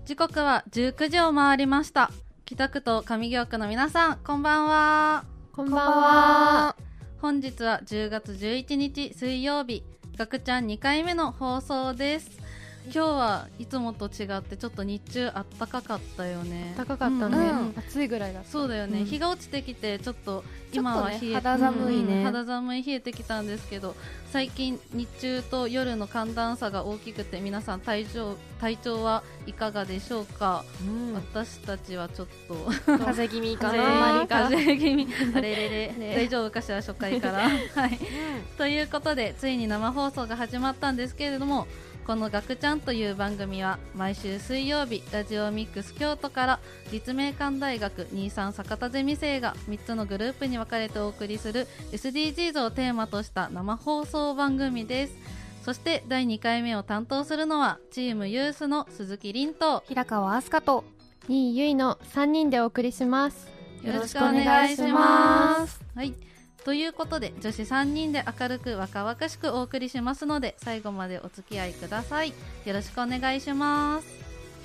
時刻は19時を回りました。北区と上京区の皆さん、こんばんは。 こんばんは。 本日は10月11日水曜日、ガクちゃん2回目の放送です。今日はいつもと違ってちょっと日中あったかかったよね。 暖かかったね、暑いぐらいだった。 そうだよね、日が落ちてきてちょっと今は冷え、 肌寒いね、 肌寒い冷えてきたんですけど、最近日中と夜の寒暖差が大きくて皆さん体調はいかがでしょうか。私たちはちょっと風邪気味かな。 風邪気味あれれれ、大丈夫かしら初回からはい、ということでついに生放送が始まったんですけれども、このガクちゃんという番組は毎週水曜日ラジオミックス京都から立命館大学23坂田ゼミ生が3つのグループに分かれてお送りする SDGs をテーマとした生放送番組です。そして第2回目を担当するのはチームユースの鈴木凛と平川飛鳥と新井ゆいの3人でお送りします。 よろしくお願いします。はい、ということで女子3人で明るく若々しくお送りしますので、最後までお付き合いください。よろしくお願いします。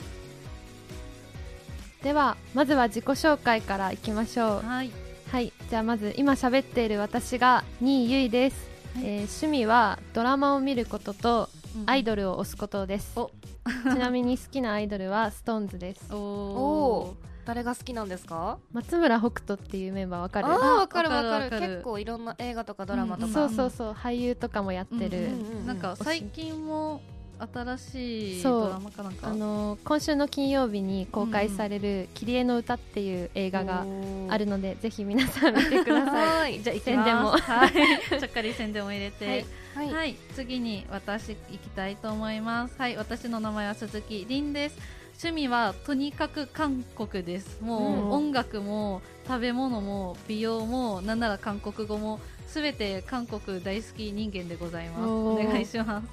ではまずは自己紹介からいきましょう。 はい、 はい、じゃあまず今喋っている私が新井ゆいです。趣味はドラマを見ることとアイドルを推すことです。ちなみに好きなアイドルはストーンズです。 おー、誰が好きなんですか？ 松村北斗っていうメンバーわかる？ わかるわかる。結構いろんな映画とかドラマとか、 そうそうそう、俳優とかもやってる。 なんか最近も新しいドラマかなんか、 今週の金曜日に公開されるキリエの歌っていう映画があるので、ぜひ皆さん見てください。 じゃあ宣伝も、 はい、ちょっかり宣伝も入れて、 はい、 はい、次に私行きたいと思います。はい、私の名前は鈴木凛です。趣味はとにかく韓国です。もう音楽も食べ物も美容もなんなら韓国語もすべて韓国大好き人間でございます。お願いします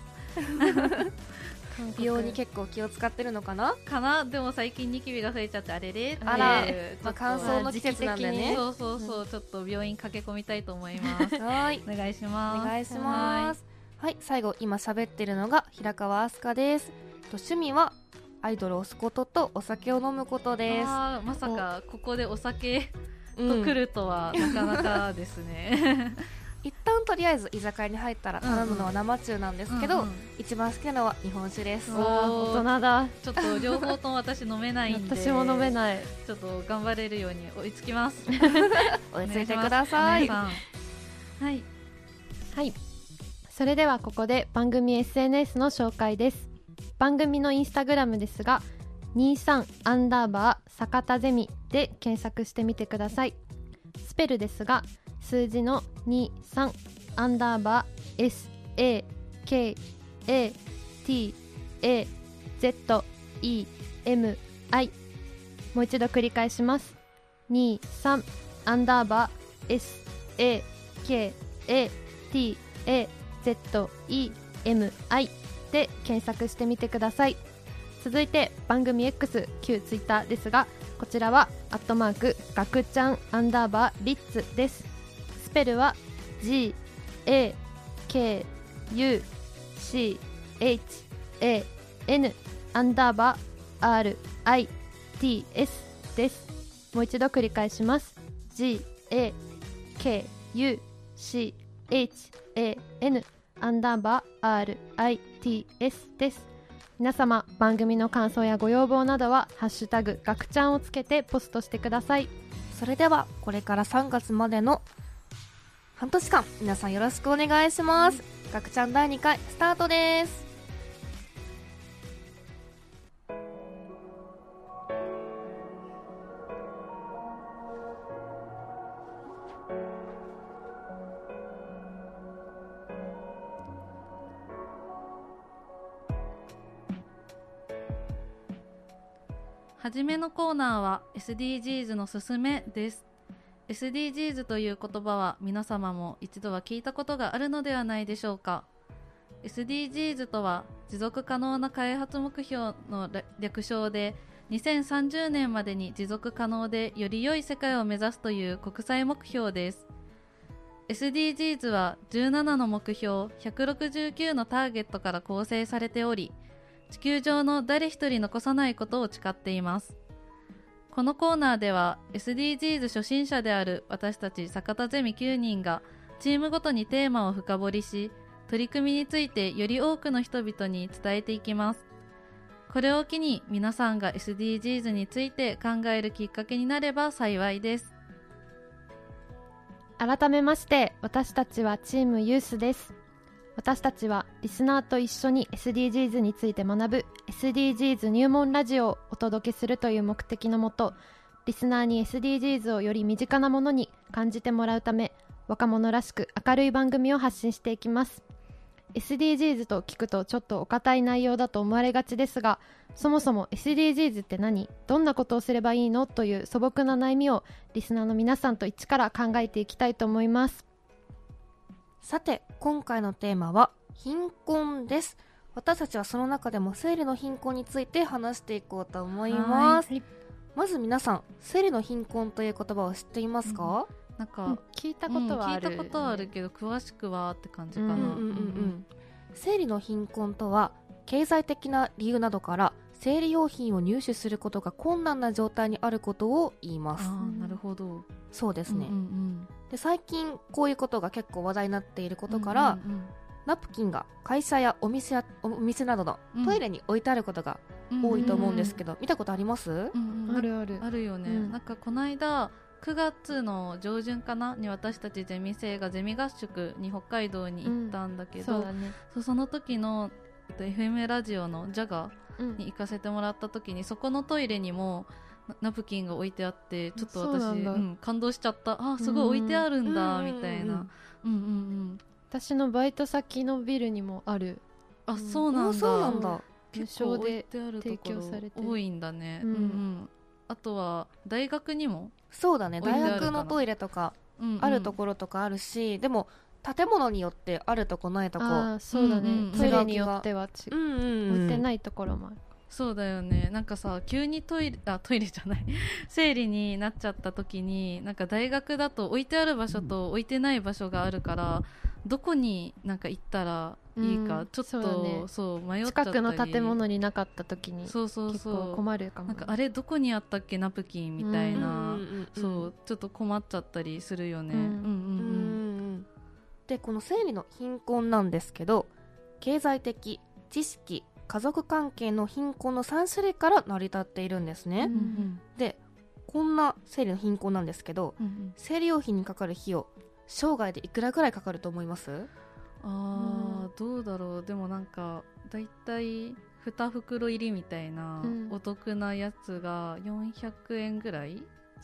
美容に結構気を使ってるのかなでも最近ニキビが増えちゃってあれれって、 あら、乾燥の季節なんだよね。 そうそうそう、ちょっと病院駆け込みたいと思います。 はい、 お願いします。 お願いします。はい、最後今喋ってるのが平川飛鳥です。趣味はアイドルを推すこととお酒を飲むことです。 まさかここでお酒と来るとはなかなかですね一旦とりあえず居酒屋に入ったら頼むのは生中なんですけど、一番好きなのは日本酒です。 大人だ。 ちょっと両方とも私飲めないんで私も飲めない。 ちょっと頑張れるように追いつきます追いついてください。 はい、 はい、それではここで番組 SNS の紹介です。番組のインスタグラムですが23_坂田ゼミで検索してみてください。スペルですが数字の23_SAKATAZEMI、 もう一度繰り返します。23_SAKATAZEMIで検索してみてください。続いて番組 X 旧ツイッターですが、こちらは@ガクちゃん_リッツです。スペルは GAKUCHAN_RITS です。もう一度繰り返します。 GAKUCHAN_RITS です。皆様番組の感想やご要望などはハッシュタグガクちゃんをつけてポストしてください。 それではこれから3月までの半年間皆さんよろしくお願いします。ガクちゃん第2回スタートです。 はじめのコーナーは SDGs のすすめです。 SDGs という言葉は皆様も一度は聞いたことがあるのではないでしょうか。 SDGs とは持続可能な開発目標の略称で、2030年までに持続可能でより良い世界を目指すという国際目標です。 SDGs は17の目標169のターゲットから構成されており、 地球上の誰一人残さないことを誓っています。このコーナーでは SDGs 初心者である私たち坂田ゼミ9人がチームごとにテーマを深掘りし、取り組みについてより多くの人々に伝えていきます。これを機に皆さんが SDGs について考えるきっかけになれば幸いです。 改めまして私たちはチームユースです。私たちはリスナーと一緒に SDGs について学ぶ SDGs 入門ラジオをお届けするという目的のもと、リスナーに SDGs をより身近なものに感じてもらうため、若者らしく明るい番組を発信していきます。 SDGs と聞くとちょっとお堅い内容だと思われがちですが、そもそも SDGs って何、どんなことをすればいいのという素朴な悩みをリスナーの皆さんと一から考えていきたいと思います。 さて今回のテーマは貧困です。私たちはその中でも生理の貧困について話していこうと思います。まず皆さん、生理の貧困という言葉を知っていますか？ なんか、 聞いたことはある、 聞いたことはあるけど詳しくはって感じかな。 生理の貧困とは経済的な理由などから生理用品を入手することが困難な状態にあることを言います。 なるほど。 そうですね、で最近こういうことが結構話題になっていることから、ナプキンが会社やお店などのトイレに置いてあることが多いと思うんですけど、見たことあります？ あるあるあるよね、なんかこの間9月の上旬かなに私たちゼミ生がゼミ合宿に北海道に行ったんだけど、 そうだね、 その時のFM ラジオのジャガに行かせてもらった時に、そこのトイレにもナプキンが置いてあって、ちょっと私、感動しちゃった。すごい置いてあるんだみたいな。 私のバイト先のビルにもある。 そうなんだ。 そうなんだ。 無償で提供されて多いんだね。あとは大学にも、 そうだね、大学のトイレとかあるところとかあるし、でも建物によってあるとこないとこ、 そうだね、トイレによっては置いてないところもある。 そうだよね。なんかさ、急にトイレじゃない生理になっちゃった時に、なんか大学だと置いてある場所と置いてない場所があるから、どこになんか行ったらいいか、ちょっとそう迷っちゃったり、 近くの建物になかった時に結構困るかも。 なんかあれどこにあったっけナプキンみたいな、そうちょっと困っちゃったりするよね。 でこの生理の貧困なんですけど、経済的、知識、家族関係の貧困の3種類から成り立っているんですね。でこんな生理の貧困なんですけど、生理用品にかかる費用、生涯でいくらぐらいかかると思います？ どうだろう。でもなんかだいたい2袋入りみたいなお得なやつが400円ぐらい、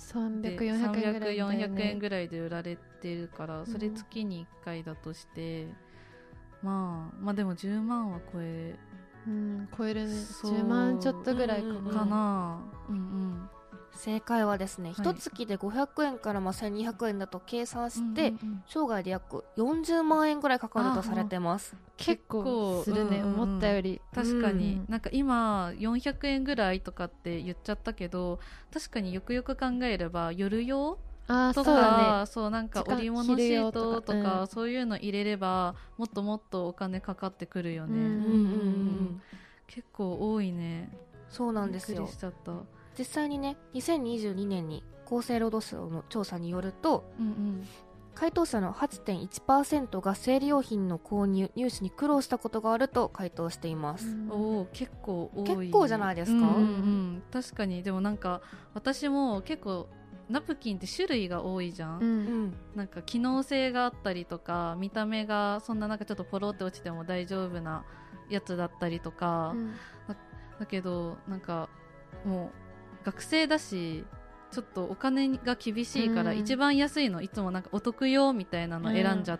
300、400円ぐらいで売られてるから、それ月に1回だとして、まあでも10万は超えるね。 10万ちょっとぐらいかな。 正解はですね、一月で500円から1200円だと計算して、生涯で約40万円ぐらいかかるとされてます。 結構するね、思ったより。 確かに、なんか今400円ぐらいとかって言っちゃったけど、確かによくよく考えれば夜用とか、そうなんか織物シートとか、そういうの入れればもっともっとお金かかってくるよね。結構多いね。 そうなんですよ。 びっくりしちゃった。 実際にね、2022年に厚生労働省の調査によると、回答者の 8.1% が生理用品の購入・入手に苦労したことがあると回答しています。 結構多い。 結構じゃないですか？ 確かに。でもなんか私も結構ナプキンって種類が多いじゃん。なんか機能性があったりとか、見た目がそんななんかちょっとポロって落ちても大丈夫なやつだったりとか、だけどなんかもう学生だしちょっとお金が厳しいから、一番安いのいつもなんかお得用みたいなの選んじゃって、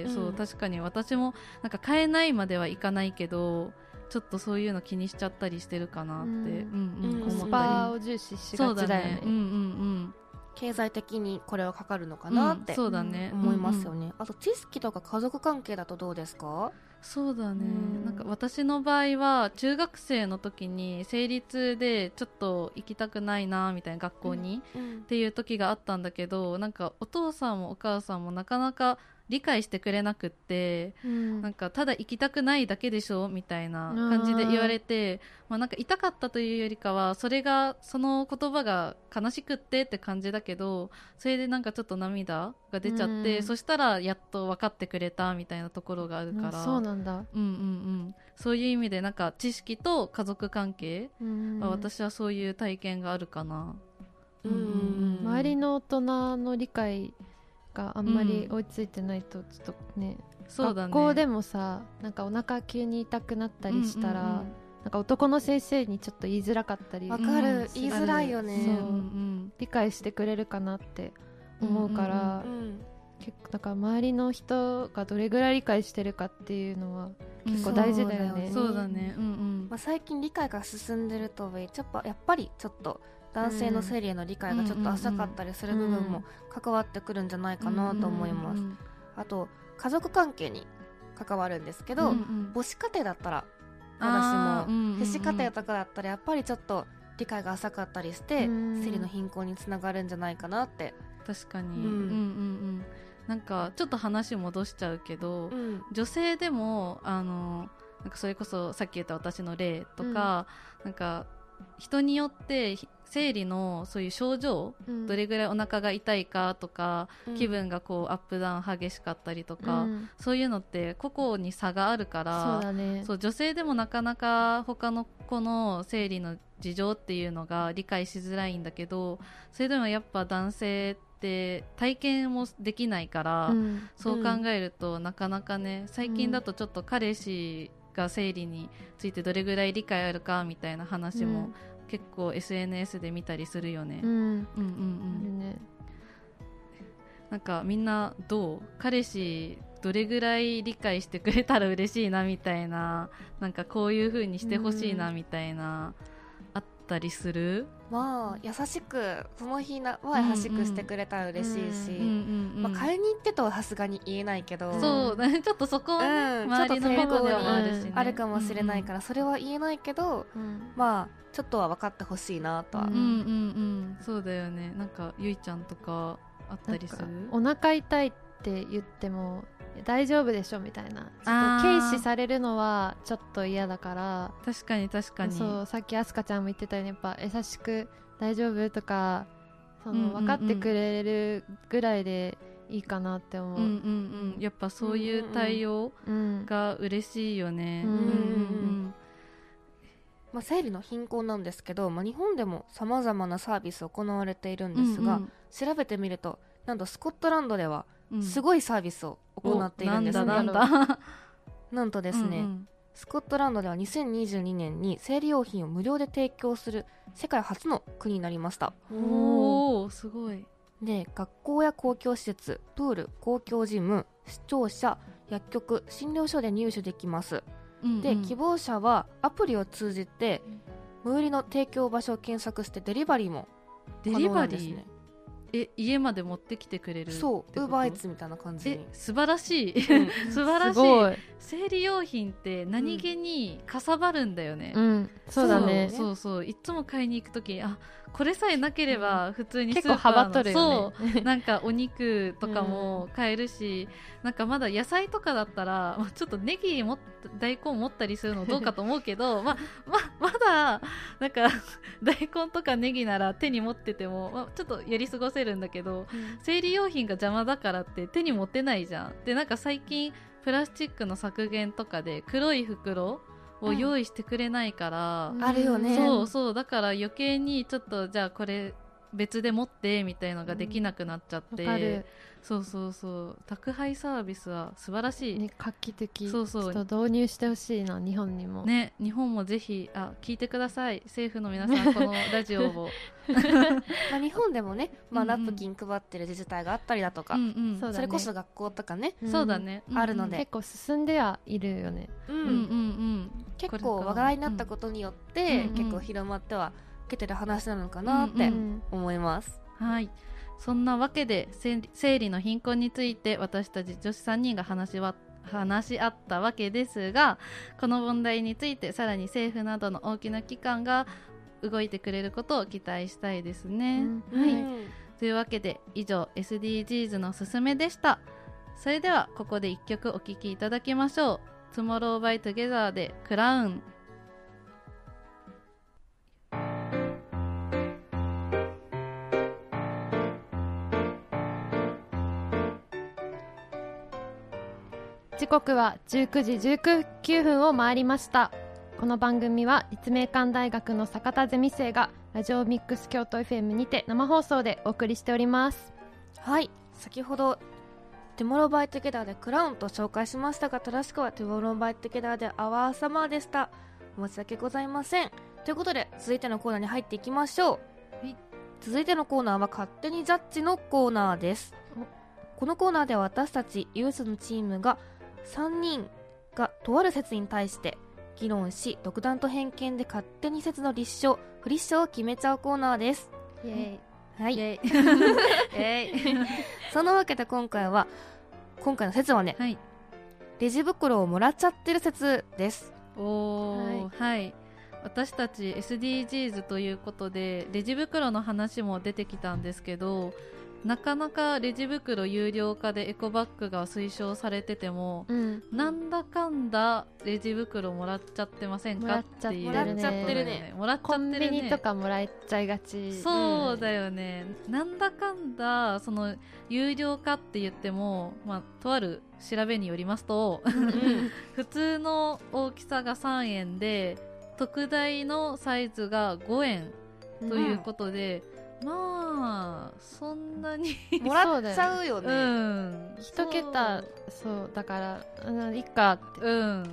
そう確かに私もなんか買えないまではいかないけど、ちょっとそういうの気にしちゃったりしてるかなって思ったり。 スパを重視しがちだよね。 経済的にこれはかかるのかなって思いますよね。あと知識とか家族関係だとどうですか？ そうだね、なんか私の場合は中学生の時に生理痛でちょっと行きたくないなみたいな学校に、っていう時があったんだけど、なんかお父さんもお母さんもなかなか理解してくれなくって、なんかただ行きたくないだけでしょみたいな感じで言われて、なんか痛かったというよりかはその言葉が悲しくって感じだけど、それでなんかちょっと涙が出ちゃって、そしたらやっと分かってくれたみたいなところがあるから、 そうなんだ。 そういう意味でなんか知識と家族関係は、私はそういう体験があるかな。 周りの大人の理解があんまり追いついてないとちょっとね、 そうだね、 学校でもさ、なんかお腹急に痛くなったりしたら、なんか男の先生にちょっと言いづらかったり、 わかる、言いづらいよね。 理解してくれるかなって思うから、結構だから周りの人がどれぐらい理解してるかっていうのは結構大事だよね。 そうだね。 最近理解が進んでるとやっぱりちょっと男性の生理への理解がちょっと浅かったりする部分も関わってくるんじゃないかなと思います。あと家族関係に関わるんですけど、母子家庭だったらまだしも、父子家庭とかだったらやっぱりちょっと理解が浅かったりして、生理の貧困につながるんじゃないかなって。 確かに、なんかちょっと話戻しちゃうけど、女性でもなんかそれこそさっき言った私の例とか、なんか人によって生理のそういう症状、どれぐらいお腹が痛いかとか、気分がこうアップダウン激しかったりとか、そういうのって個々に差があるから、 そうだね、 そう女性でもなかなか他の子の生理の事情っていうのが理解しづらいんだけど、それでもやっぱ男性って体験もできないから、そう考えるとなかなかね、最近だとちょっと彼氏が生理についてどれぐらい理解あるかみたいな話も、結構 SNS で見たりするよね。なんかみんなどう？彼氏どれぐらい理解してくれたら嬉しいなみたいな、なんかこういう風にしてほしいなみたいな、あったりする？ 優しくその日は優しくしてくれたら嬉しいし、買いに行ってとはさすがに言えないけど、 そうね、ちょっとそこはね、周りのことでもあるしね、 あるかもしれないから、それは言えないけど、ちょっとは分かってほしいなとは。 そうだよね。なんかゆいちゃんとかあったりする？ お腹痛いって言っても大丈夫でしょみたいな、ちょっと軽視されるのはちょっと嫌だから。 確かに確かに。 そう、さっきあすかちゃんも言ってたように、やっぱ優しく大丈夫とか、その分かってくれるぐらいでいいかなって思う。 やっぱそういう対応が嬉しいよね。 生理の貧困なんですけど、日本でもさまざまなサービス行われているんですが、調べてみるとなんとスコットランドではすごいサービスを行っているんですね。なんとですね、スコットランドでは2022年に生理用品を無料で提供する世界初の国になりました。 おー、すごい。 で、学校や公共施設、プール、公共ジム、視聴者、薬局、診療所で入手できます。で、希望者はアプリを通じて最寄りの提供場所を検索してデリバリーも可能なんですね。 家まで持ってきてくれる？ そう、ウーバーイーツみたいな感じに。 素晴らしい、素晴らしい。生理用品って何気にかさばるんだよね。 そうだね。 そう、いつも買いに行くとき、これさえなければ普通にスーパーの結構幅取るよね。 そう、なんかお肉とかも買えるし、なんかまだ野菜とかだったら、ちょっと大根持ったりするのどうかと思うけど、まだなんか大根とかネギなら手に持ってても、ちょっとやり過ごせるんだけど、生理用品が邪魔だからって手に持てないじゃん。で、なんか最近プラスチックの削減とかで黒い袋を用意してくれないから、 あるよね。 そうだから余計にちょっとじゃあこれ別で持ってみたいのができなくなっちゃって、そう宅配サービスは素晴らしい、 ね、画期的。 そうちょっと導入してほしいな、日本にもね。日本もぜひ聞いてください、政府の皆さん、このラジオを日本でもね、ナプキン配ってる自治体があったりだとか、それこそ学校とかね、 そうだね、 あるので結構進んではいるよね。 結構話題になったことによって、結構広まっては受けてる話なのかなって思います。 はい、そんなわけで生理の貧困について私たち女子3人が話し合ったわけですが、この問題についてさらに政府などの大きな機関が動いてくれることを期待したいですね。というわけで以上 SDGs のすすめでした。 それではここで1曲お聴きいただきましょう。 Tomorrow by Together でクラウン。 時刻は19時19分を回りました。この番組は立命館大学の坂田ゼミ生がラジオミックス京都 FM にて生放送でお送りしております。 はい、先ほどTomorrow by Togetherでクラウンと紹介しましたが、正しくはTomorrow by TogetherでOur Summerでした。申し訳ございません。ということで続いてのコーナーに入っていきましょう。はい、続いてのコーナーは勝手にジャッジのコーナーです。このコーナーでは私たちユースのチームが3人がとある説に対して議論し、独断と偏見で勝手に説の立証不立証を決めちゃうコーナーです。 イエーイ。 はい、 イエイそのわけで今回の説はね、 はい、 レジ袋をもらっちゃってる説です。 おー、 はい、 はい、私たち SDGs ということでレジ袋の話も出てきたんですけど、なかなかレジ袋有料化でエコバッグが推奨されてても、なんだかんだレジ袋もらっちゃってませんかっていう。 もらっちゃってるね。 もらっちゃってるね。 コンビニとかもらっちゃいがち。 そうだよね、なんだかんだその有料化って言っても、とある調べによりますと普通の大きさが3円で特大のサイズが5円ということで、まあそんなにもらっちゃうよね。 一桁、そうだからいっかって、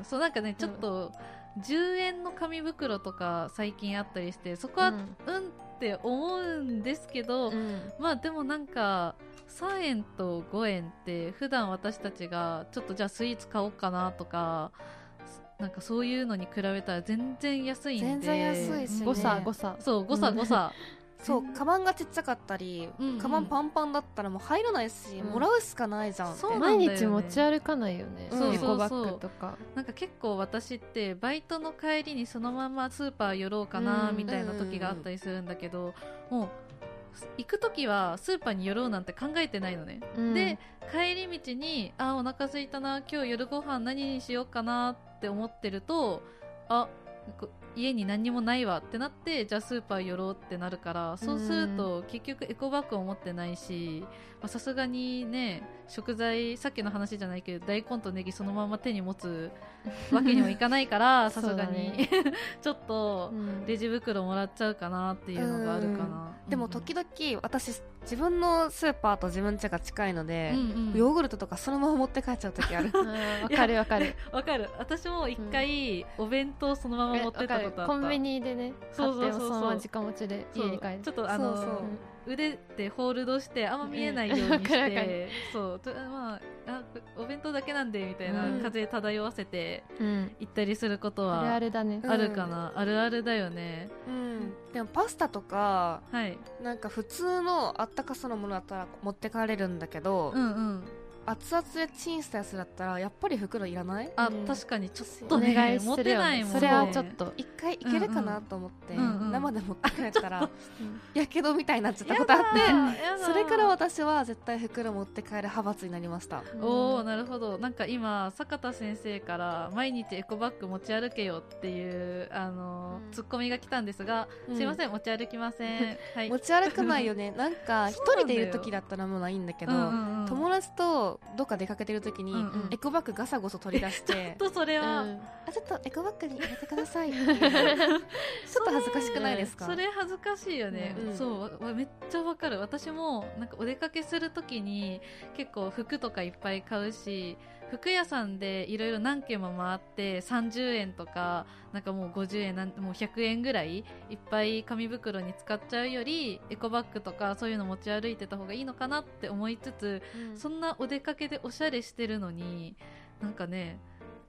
そうなんかね、ちょっと10円の紙袋とか最近あったりして、そこはって思うんですけど、まあでもなんか3円と5円って普段私たちがちょっとじゃあスイーツ買おうかなとか、なんかそういうのに比べたら全然安いんで、 全然安いしね、 誤差そう誤差そう、カバンがちっちゃかったり、カバンパンパンだったらもう入らないし、もらうしかないじゃんって。 そうなんだよね、 毎日持ち歩かないよね、エコバッグとか。 なんか結構私ってバイトの帰りにそのままスーパー寄ろうかなみたいな時があったりするんだけど、もう行く時はスーパーに寄ろうなんて考えてないのね、で帰り道にお腹空いたな、今日夜ご飯何にしようかなって思ってると、家に何にもないわってなって、じゃあスーパー寄ろうってなるから、そうすると結局エコバッグを持ってないし、さすがにね、食材さっきの話じゃないけど大根とネギそのまま手に持つわけにもいかないからさすがにちょっとレジ袋もらっちゃうかなっていうのがあるかな。 でも時々私自分のスーパーと自分家が近いので、ヨーグルトとかそのまま持って帰っちゃう時ある。 わかるわかるわかる。私も一回お弁当そのまま持ってったことあった。 コンビニでね買ってそのまま直持ちで家に帰る。 ちょっと腕でホールドしてあんま見えないようにして、そうまあお弁当だけなんでみたいな風漂わせて行ったりすることはあるあるだね。 あるかな、あるあるだよね。 でもパスタとか、 はい、 なんか普通のあったかそうなものだったら持って帰れるんだけど、熱々でチンしたやつだったらやっぱり袋いらない？ 確かにちょっとお願い持てないもんね。 それはちょっと一回いけるかなと思って、生で持って帰ったらやけどみたいになっちゃったことあって、それから私は絶対袋持って帰る派閥になりました。 おー、なるほど。なんか今坂田先生から毎日エコバッグ持ち歩けよっていうツッコミが来たんですが、すいません、持ち歩きません。はい、 持ち歩かないよね。なんか一人でいる時だったらもうないんだけど、友達とどっか出かけてる時にエコバッグガサゴソ取り出してちょっとそれは、 ちょっとエコバッグに入れてください。ちょっと恥ずかしくないですか？ それ恥ずかしいよね。そうめっちゃわかる。私もなんかお出かけする時に結構服とかいっぱい買うし、服屋さんでいろいろ何軒も回って30円とかなんかもう50円もう100円ぐらいいっぱい紙袋に使っちゃうよりエコバッグとかそういうの持ち歩いてた方がいいのかなって思いつつ、そんなお出かけでおしゃれしてるのになんかね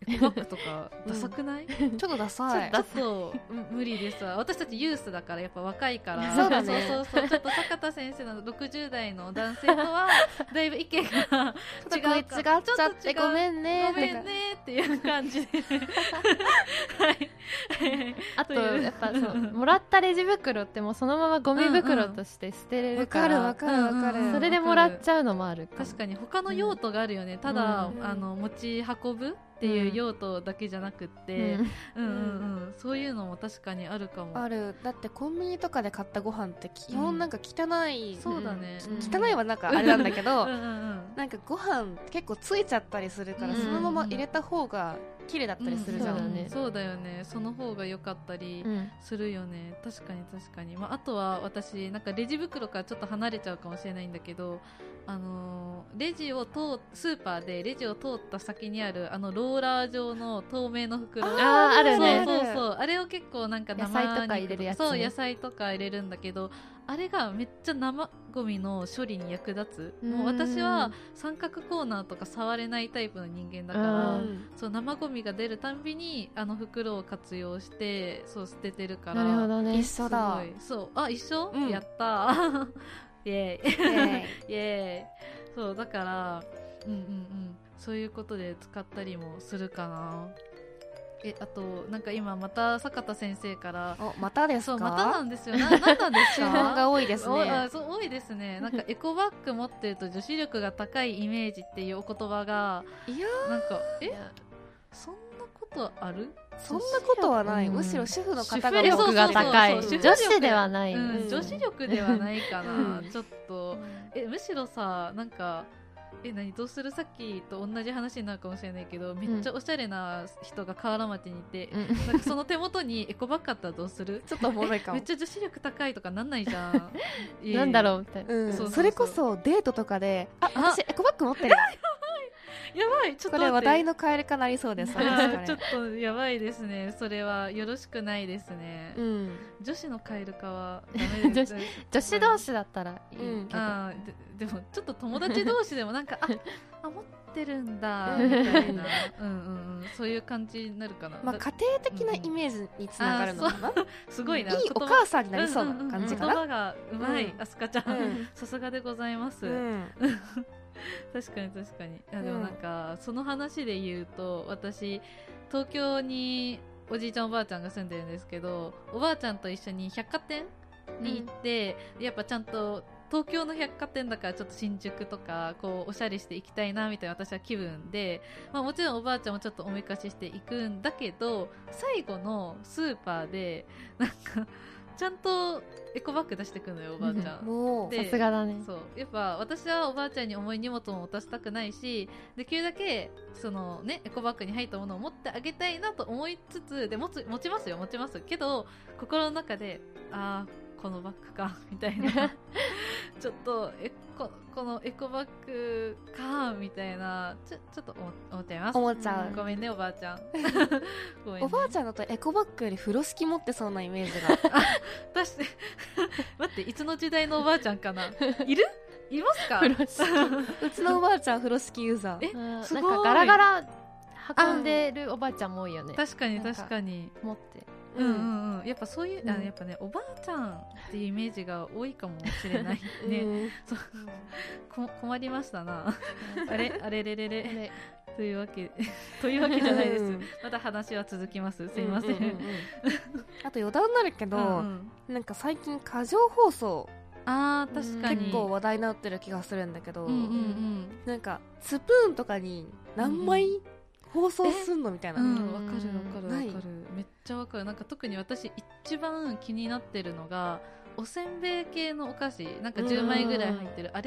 エコバッグとかダサくない、 ちょっとダサい。 ちょっと無理ですわ。私たちユースだからやっぱ若いからそうだね。 そうちょっと坂田先生の60代の男性とはだいぶ意見が違うか違っちゃってごめんねごめんねっていう感じではいあとやっぱそうもらったレジ袋ってもうそのままゴミ袋として捨てれるから、 わかる。 それでもらっちゃうのもあるかも。 確かに他の用途があるよね、ただ、持ち運ぶっていう用途だけじゃなくって、そういうのも確かにあるかも。 ある。だってコンビニとかで買ったご飯って基本なんか汚い、 そうだね、 汚いはなんかあれなんだけどなんかご飯結構ついちゃったりするから、そのまま入れた方が綺麗だったりするじゃん。 そうだよね、その方が良かったりするよね、確かに、あとは私なんかレジ袋からちょっと離れちゃうかもしれないんだけど、レジをスーパーでレジを通った先にあるローラー状の透明の袋、 あるね、 そうあれを結構なんか野菜とか入れるやつ、ね、 そう野菜とか入れるんだけど、あれがめっちゃ生ゴミの処理に役立つ。もう私は三角コーナーとか触れないタイプの人間だから、そう生ゴミが出るたんびに袋を活用してそう捨ててるから。 なるほどね、 一緒だ。 そう一緒、やったイエーイイエーイそうだからそういうことで使ったりもするかな。あとなんか今また坂田先生からまたですか？ そうまたなんですよ。なんなんですか？ 注文が多いですね。 そう多いですね。なんかエコバッグ持ってると女子力が高いイメージっていうお言葉が、 いやなんかそんなことある？ そんなことはない。むしろ主婦の方が主婦力が高い。女子ではない。 女子力ではないかな。ちょっとむしろさ、なんかどうする、さっきと同じ話になるかもしれないけど、めっちゃおしゃれな人が河原町にいて、なんかその手元にエコバッグあったらどうする？ ちょっとおもろいかも。 めっちゃ女子力高いとかなんないじゃん。 なんだろうみたいな。それこそデートとかで、私エコバッグ持ってる。 やばい、ちょっとこれ話題の変えるかなりそうです。 ちょっとやばいですね。それはよろしくないですね。女子のカエル化はダメです。 女子同士だったらいいけど、 でもちょっと友達同士でもなんか持ってるんだみたいなそういう感じになるかな。 まあ家庭的なイメージにつながるのかな。 すごいな。 いいお母さんになりそうな感じかな。 言葉がうまい、あすかちゃん。さすがでございます。確かにでもなんかその話で言うと、私東京におじいちゃんおばあちゃんが住んでるんですけど、おばあちゃんと一緒に百貨店に行って、やっぱちゃんと東京の百貨店だからちょっと新宿とかこうおしゃれして行きたいなみたいな私は気分で、もちろんおばあちゃんもちょっとおめかしして行くんだけど、最後のスーパーでなんかちゃんとエコバッグ出してくるのよ、おばあちゃん。 さすがだね。 そうやっぱ私はおばあちゃんに重い荷物も持たせたくないし、できるだけそのねエコバッグに入ったものを持ってあげたいなと思いつつ、で持ちますけど、心の中でこのバッグかみたいなちょっとこのエコバッグかみたいなちょっと思っちゃいます。 思っちゃう。 ごめんねおばあちゃん。ごめんね、 おばあちゃんだとエコバッグより風呂敷持ってそうなイメージが。 待って、いつの時代のおばあちゃんかな。いますか？ うちのおばあちゃん風呂敷ユーザー。すごい。なんかガラガラ運んでるおばあちゃんも多いよね。 確かに持ってやっぱそういう、やっぱねおばあちゃんっていうイメージが多いかもしれないね。困りましたな。あれというわけじゃないです。また話は続きます。すいません。 あと余談になるけど、なんか最近過剰包装確かに結構話題になってる気がするんだけど、なんかスプーンとかに何枚包装すんのみたいな。 わかるめっちゃわかる。なんか特に私一番気になってるのがおせんべい系のお菓子、なんか10枚ぐらい入ってるあれって、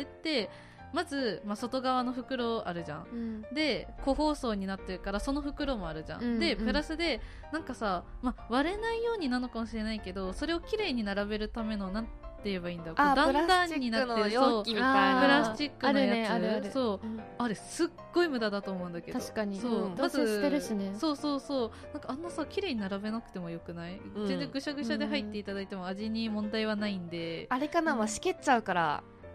まず、外側の袋あるじゃん、で個包装になってるからその袋もあるじゃん、でプラスでなんかさ、割れないようになのかもしれないけど、それをきれいに並べるためのなんて言えばいいんだろう、段々になってる容器みたいなプラスチックのやつ、 あるそう、あれすっごい無駄だと思うんだけど。 確かにそうどうせ捨てるしね。 そうなんかあんなさ綺麗に並べなくてもよくない？全然ぐしゃぐしゃで入っていただいても味に問題はないんで。 あれかな、しけっちゃうから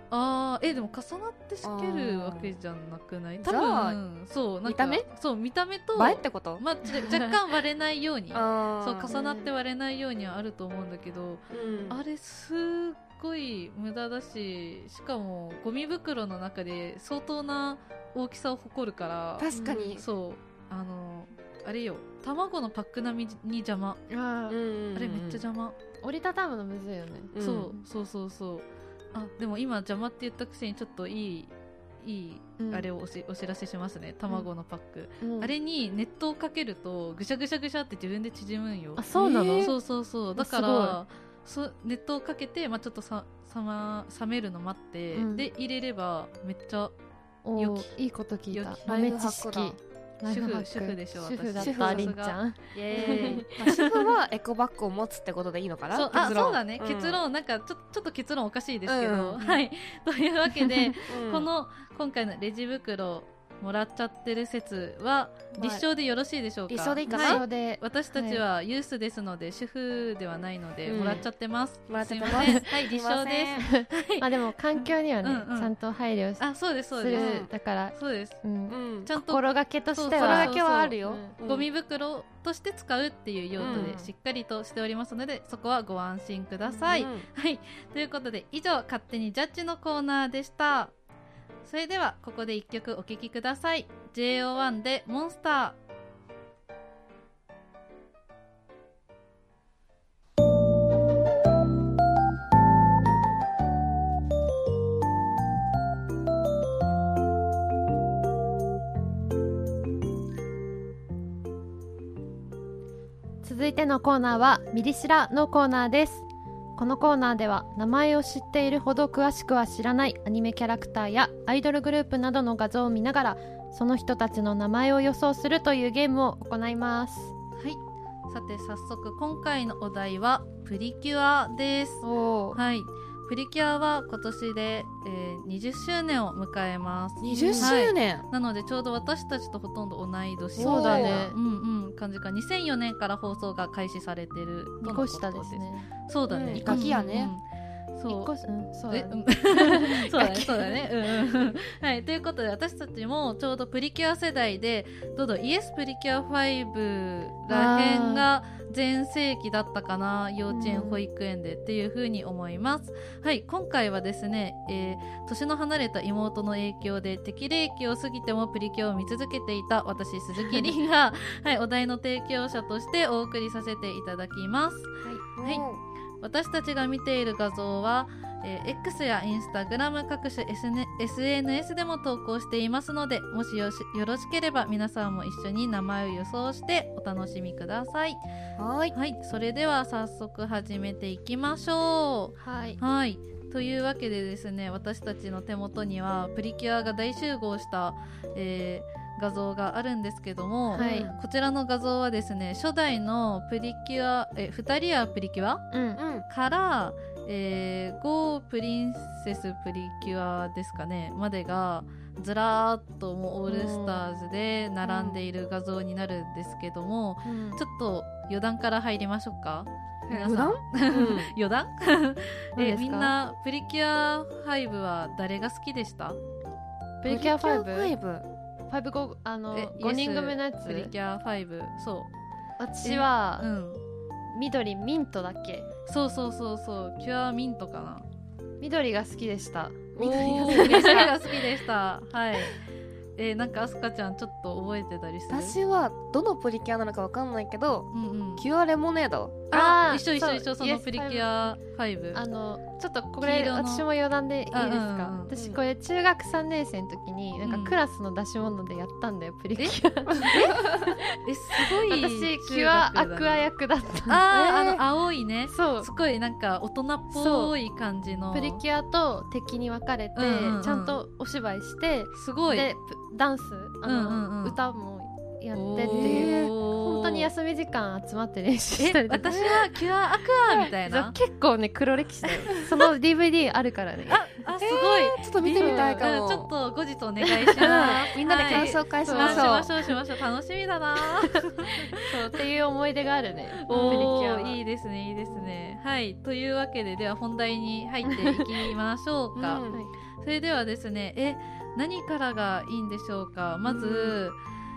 でも重なってしけるわけじゃなくない？多じゃあ分そうなんか見た目と映えってこと？ まあ、若干割れないようにそうあ重なって割れないようにはあると思うんだけど、あれすっごい無駄だし、しかもゴミ袋の中で相当な大きさを誇るから、 確かに、 そうあれよ、卵のパック並みに邪魔。あれめっちゃ邪魔。 折りたたむのむずいよね。 そうでも今邪魔って言ったくせにちょっといい、あれをお知らせしますね。卵のパック、あれに熱湯をかけるとぐしゃぐしゃぐしゃって自分で縮むんよ。 あ、そうなの？ そうだから熱湯をかけて、ちょっと冷めるの待って、で入れればめっちゃいいこと聞いた。 豆知識。 主婦でしょ。 主婦だったりんちゃん。 主婦はエコバッグを持つってことでいいのかな？ そうだね。結論なんかちょっと結論おかしいですけど、はい。というわけで今回のレジ袋もらっちゃってる説は立証でよろしいでしょうか？ 立証でいいかな？ 私たちはユースですので主婦ではないのでもらっちゃってます。すいません。はい、立証です。 まあでも環境にはねちゃんと配慮する。だからそうです。 ちゃんと心がけとしては心がけはあるよ。 ゴミ袋として使うっていう用途でしっかりとしておりますので、そこはご安心ください。はい。ということで以上勝手にジャッジのコーナーでした。それではここで1曲お聴きください。 JO1 でモンスター。 続いてのコーナーはミリシラのコーナーです。このコーナーでは名前を知っているほど詳しくは知らないアニメキャラクターやアイドルグループなどの画像を見ながらその人たちの名前を予想するというゲームを行います。 はい、さて早速今回のお題はプリキュアです。はい、プリキュアは今年で、20周年を迎えます。 20周年、 なのでちょうど私たちとほとんど同い年。 そうだね。 感じか。2004年から放送が開始されてる 2個下ですね。 そうだね。 イカキやね。 そうだね。 そうだね。はい、ということで私たちもちょうどプリキュア世代でイエスプリキュア5らへんが全盛期だったかな。幼稚園、保育園でっていう風に思います。はい、今回はですね、年の離れた妹の影響で適齢期を過ぎてもプリキュアを見続けていた私鈴木凛が、はい、お題の提供者としてお送りさせていただきます。はい、私たちが見ている画像は、X やインスタグラム各種 SNS でも投稿していますので、もしよろしければ皆さんも一緒に名前を予想してお楽しみください。はい、それでは早速始めていきましょう。はい、というわけでですね、私たちの手元にはプリキュアが大集合した、画像があるんですけども、こちらの画像はですね、初代のプリキュア2人はプリキュア、から、ゴープリンセスプリキュアですかねまでがずらーっともうオールスターズで並んでいる画像になるんですけども、ちょっと余談から入りましょうか。皆さん余談みんなプリキュア5は誰が好きでした？ プリキュア5 5人組のやつ。 プリキュア5、そう。 私は、緑ミントだっけ？ そうキュアミントかな。 緑が好きでした。 緑が好きでしたはい。なんかアスカちゃんちょっと覚えてたりする？ 私はどのプリキュアなのかわかんないけど、キュアレモネード。 一緒そのプリキュア5。 ちょっとこれ私も余談でいいですか？私これ中学3年生の時になんかクラスの出し物でやったんだよ、プリキュア。 すごい。 私キュアアクア役だった。 青いね。 そう。 すごいなんか大人っぽい感じの。 プリキュアと敵に分かれてちゃんとお芝居して、 すごい。 でダンス歌もやってっていう、本当当に休み時間集まって練習したりとか私はキュアアクアみたいな結構ね黒歴史だよその DVD あるからねすごい、 ちょっと見てみたいかも、 ちょっと後日お願いしますみんなで感想会しましょう、 はい、しましょう楽しみだなそうっていう思い出があるねおーいいですねいいですね。はいというわけででは本題に入っていきましょうか、それではですね何からがいいんでしょうか。まず、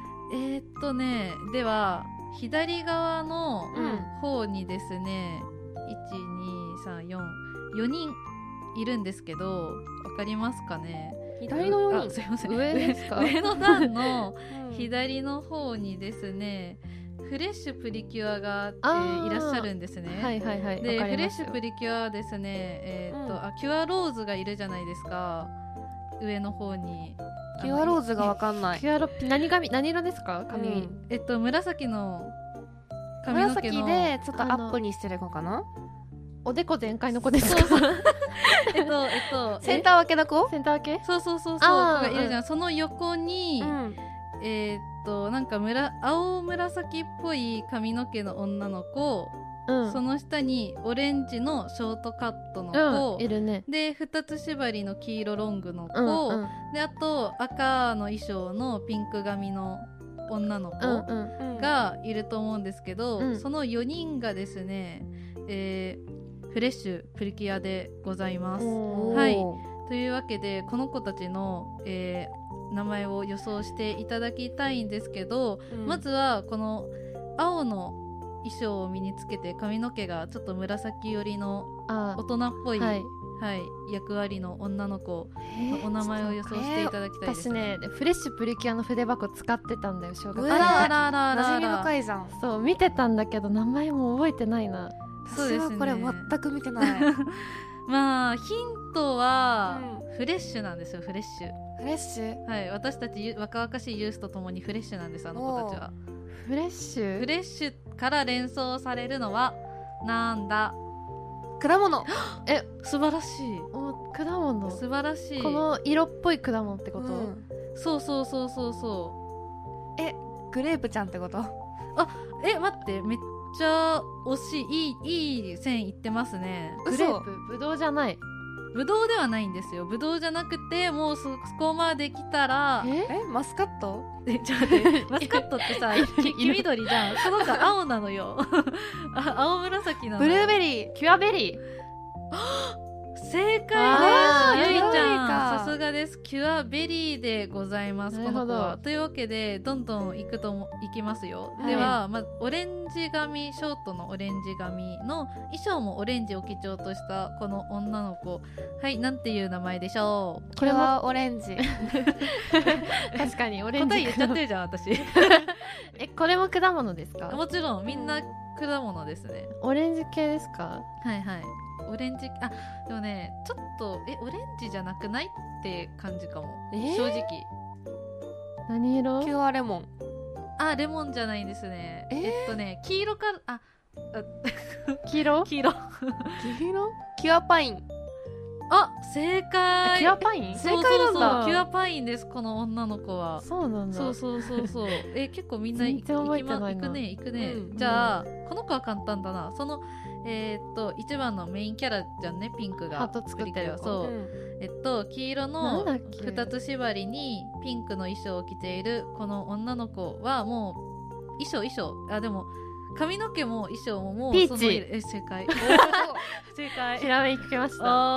では左側の方にですね、12344人いるんですけどわかりますかね。 左の4人すいません上ですか上の段の左の方にですねフレッシュプリキュアが、いらっしゃるんですね。 はいはいはい。 でフレッシュプリキュアはですね、キュアローズがいるじゃないですか上の方に。 キュアローズがわかんない。 キュアロ何色ですか髪、 紫の髪の毛の紫でちょっとアップにしてる子かな。 おでこ全開の子ですか。 そうセンター分けの子。 センター分け。 そうがいるじゃん。その横に、なんか青紫っぽい髪の毛の女の子、その下にオレンジのショートカットの子、 いるね。 で二つ縛りの黄色ロングの子、であと赤の衣装のピンク髪の女の子がいると思うんですけど、その4人がですね、フレッシュプリキュアでございます。はい、というわけでこの子たちの、名前を予想していただきたいんですけど、まずはこの青の衣装を身につけて髪の毛がちょっと紫寄りの大人っぽい、役割の女の子のお名前を予想していただきたいです。 私ねフレッシュプリキュアの筆箱使ってたんだよ小学校。 なじみ深いじゃん。 そう見てたんだけど名前も覚えてないな。 そうですね、これ全く見てないまあヒントは、フレッシュなんですよ。フレッシュ、はい、私たち若々しいユースとともにフレッシュなんです。あの子たちはフレッシュから連想されるのはなんだ。 果物。 素晴らしい。 果物素晴らしい。 この色っぽい果物ってこと、 そうグレープちゃんってこと。 待ってめっちゃ惜しい。いい線いってますね。 グレープぶどうじゃない。 ぶどうではないんですよ。ぶどうじゃなくてもうそこまで来たらマスカット。 ちょっと待ってマスカットってさ黄緑じゃん。その他青なのよ青紫なの。 ブルーベリー。 キュアベリー。 正解です。ゆいちゃんさすがです。キュアベリーでございます。この子は。というわけでどんどんいきますよ。ではまずオレンジ髪、ショートのオレンジ髪の衣装もオレンジを基調としたこの女の子、はいなんていう名前でしょう。 これはオレンジ確かにオレンジ。 答え言っちゃってるじゃん私これも果物ですか。 もちろんみんな果物ですね。 オレンジ系ですか。 はいオレンジ。でもねちょっとオレンジじゃなくないって感じかも、正直。 何色。 キュアレモン。 レモンじゃないですね。黄色か黄色キュアパイン。 正解。 キュアパイン。 正解なんだ。キュアパインです。この女の子は。 そうなんだ。 そう結構みんな行くね。じゃあこの子は簡単だな。その一番のメインキャラじゃんね。ピンクがハート作ってる。 そう黄色の二つ縛りにピンクの衣装を着ているこの女の子はもう衣装でも髪の毛も衣装ももうピーチ。 正解正解。 ひらめきました。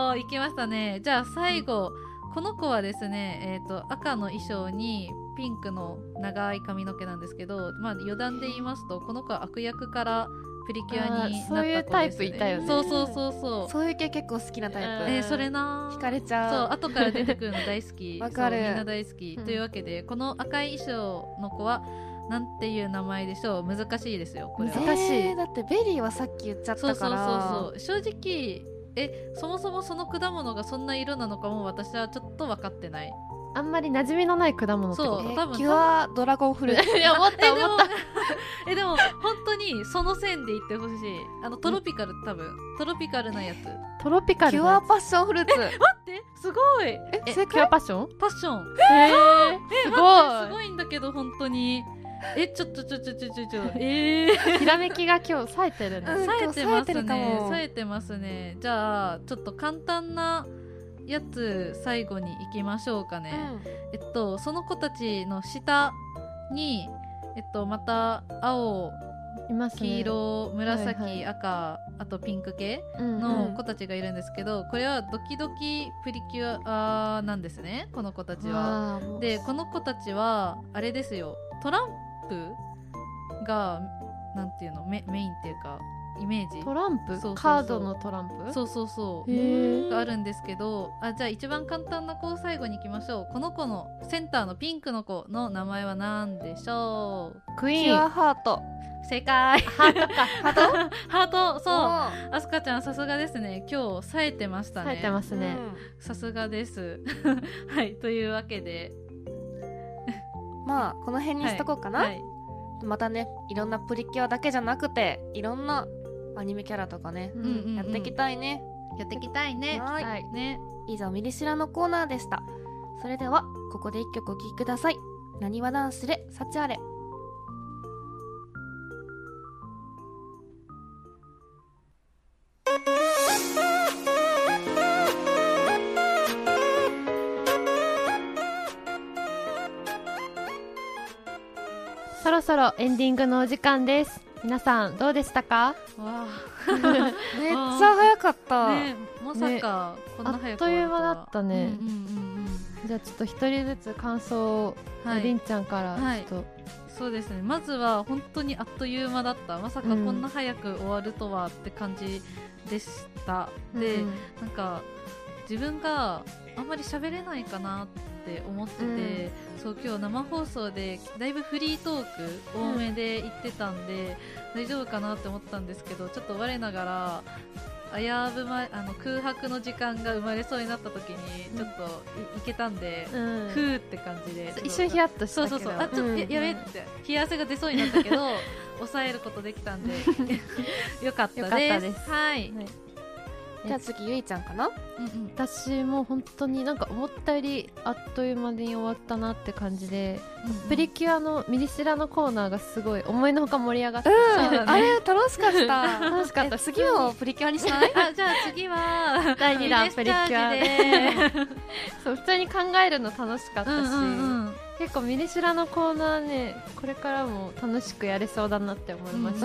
いきましたね。じゃあ最後、この子はですね、赤の衣装にピンクの長い髪の毛なんですけど、余談で言いますとこの子は悪役からプリキュアになった子ですね。 そういうタイプいたよね。 そういう系結構好きなタイプ。 それな惹かれちゃう。 そう後から出てくるの大好きわかる。 みんな大好き、というわけでこの赤い衣装の子はなんていう名前でしょう。難しいですよこれは。 難しい。 だってベリーはさっき言っちゃったから。 正直そもそもその果物がそんな色なのかも私はちょっと分かってない。 あんまり馴染みのない果物ってこと。 そう多分キュアドラゴンフルーツいや思ったでも本当にその線で言ってほしい。トロピカル、多分トロピカルなやつ。 トロピカルキュアパッションフルーツ。 待ってすごい。 キュアパッション。 パッション。 すごい。 すごいんだけど本当にちょひらめきが今日冴えてるね。 冴えてますね。 冴冴えてますね。じゃあちょっと簡単なやつ最後に行きましょうかね。その子たちの下にまた青、 いますね、 黄色、紫、 はいはい、 赤、あとピンク系の子たちがいるんですけど、これはドキドキプリキュアなんですね、この子たちは。でこの子たちはあれですよ、トランプがなんていうの、メインっていうかイメージ、 トランプ、 そうそうそう、 カードのトランプ、 そうがあるんですけど、じゃあ一番簡単な子を最後に行きましょう。この子のセンターのピンクの子の名前は何でしょう？ クイキュアーン。 ハート。 正解。 ハートか。 ハート、そう。あすかちゃんさすがですね。今日冴えてましたね。 冴えてますね。 さすがです。はい、というわけでまあこの辺にしとこうかな、 はいはい、 またね、いろんなプリキュアだけじゃなくていろんなアニメキャラとかね、やっていきたいね。 やっていきたいね。 はい、 ね。 以上ミリシラのコーナーでした。それではここで一曲お聴きください。なにわ男子で幸あれ。 そろそろエンディングのお時間です。皆さんどうでしたか？ わめっちゃ早かった、 ね、まさかこんな早く終わるとは。 あっという間だったね、 じゃあちょっと一人ずつ感想を、りんちゃんからちょっと、 そうですね、まずは本当にあっという間だった。まさかこんな早く終わるとはって感じでした、で、なんか自分があんまり喋れないかなって思ってて、そう今日生放送でだいぶフリートーク多めで言ってたんで、大丈夫かなって思ったんですけど、ちょっと我ながら空白の時間が生まれそうになった時にちょっと いけたんで、ふーって感じで一瞬ヒヤッとしたけど、 ちょっとやべって冷や汗が出そうになったけど抑えることできたんでよかったです。はい、 じゃあ次ゆいちゃんかな。 私も本当になんか思ったよりあっという間に終わったなって感じで、プリキュアのミリシラのコーナーがすごい思いのほか盛り上がって、 あれ楽しかった楽しかった。 次もプリキュアにしない？ じゃあ次は第2弾プリキュアでそう普通に考えるの楽しかったし、結構ミリシラのコーナーね、これからも楽しくやれそうだなって思いました、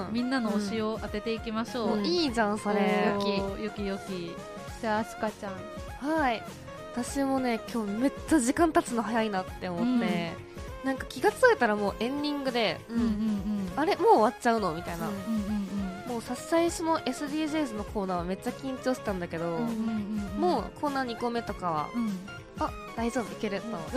みんなの推しを当てていきましょう、 いいじゃんそれ。 よきよき。 じゃああすかちゃん。 はい、私もね今日めっちゃ時間経つの早いなって思って、なんか気がついたらもうエンディングで、あれもう終わっちゃうのみたいな、もう最初の SDGs のコーナーはめっちゃ緊張したんだけど、もうコーナー2個目とかは、大丈夫いけると思って、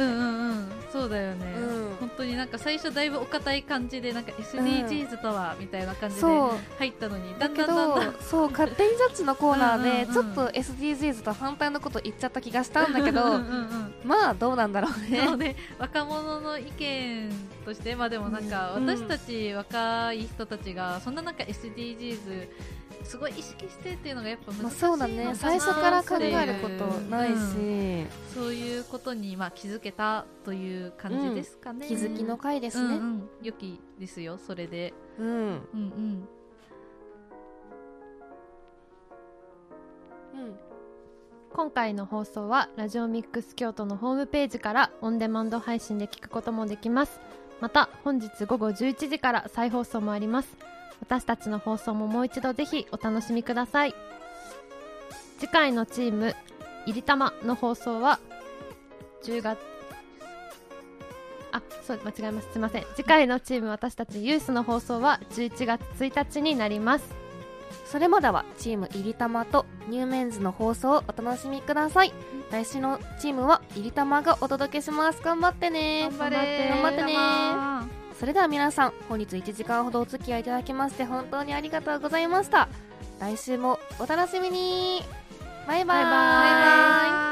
そうだよね、本当になんか最初だいぶお堅い感じで、なんか SDGs とはみたいな感じで入ったのに、だんだんそう勝手にジャッジのコーナーでちょっと SDGs と反対のこと言っちゃった気がしたんだけど、まあどうなんだろうね。 若者の意見として、まあでもなんか私たち若い人たちがそんななんか SDGsすごい意識してっていうのがやっぱ難しいのかな。 そうだね、最初から考えることないし、 そういうことに気づけたという感じですかね、 気づきの回ですね、 良きですよそれで。 今回の放送はラジオミックス京都のホームページからオンデマンド配信で聞くこともできます。また本日午後11時から再放送もあります。私たちの放送ももう一度ぜひお楽しみください。次回のチームいりたまの放送は10月間違えます、すいません。次回のチーム私たちユースの放送は11月1日になります。 それまではチームいりたまとニューメンズの放送をお楽しみください。来週のチームはいりたまがお届けします。頑張ってね。 頑張ってね。 それでは皆さん、本日1時間ほどお付き合いいただきまして本当にありがとうございました。来週もお楽しみに。バイバイ。